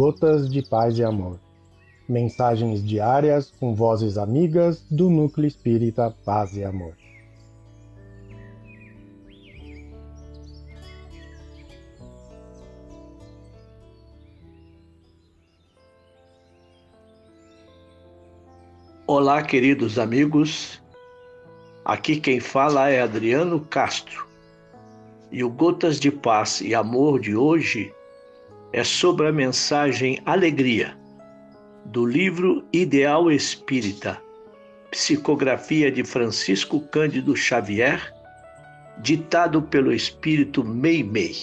Gotas de Paz e Amor. Mensagens diárias com vozes amigas do Núcleo Espírita Paz e Amor. Olá, queridos amigos. Aqui quem fala é Adriano Castro. E o Gotas de Paz e Amor de hoje é sobre a mensagem Alegria, do livro Ideal Espírita, psicografia de Francisco Cândido Xavier, ditado pelo Espírito Meimei.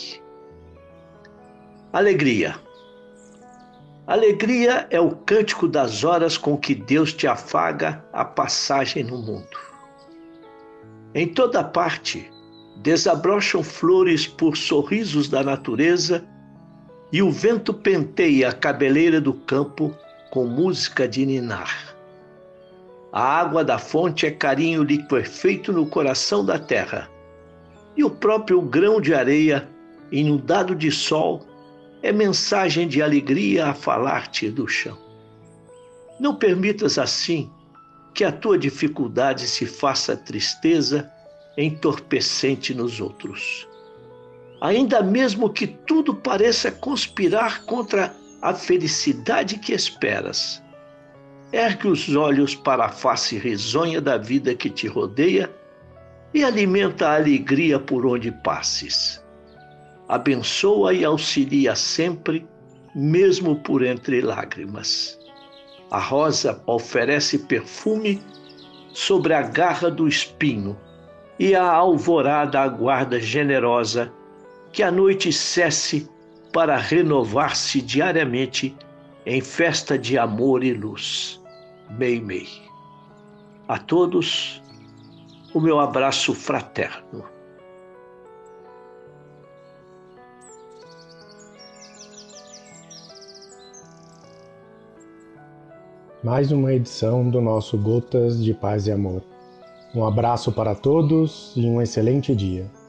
Alegria. Alegria é o cântico das horas com que Deus te afaga a passagem no mundo. Em toda parte, desabrocham flores por sorrisos da natureza e o vento penteia a cabeleira do campo com música de ninar. A água da fonte é carinho liquefeito no coração da terra, e o próprio grão de areia, inundado de sol, é mensagem de alegria a falar-te do chão. Não permitas assim que a tua dificuldade se faça tristeza entorpecente nos outros. Ainda mesmo que tudo pareça conspirar contra a felicidade que esperas, ergue os olhos para a face risonha da vida que te rodeia e alimenta a alegria por onde passes. Abençoa e auxilia sempre, mesmo por entre lágrimas. A rosa oferece perfume sobre a garra do espinho, e a alvorada aguarda generosa que a noite cesse para renovar-se diariamente em festa de amor e luz. Meimei. A todos, o meu abraço fraterno. Mais uma edição do nosso Gotas de Paz e Amor. Um abraço para todos e um excelente dia.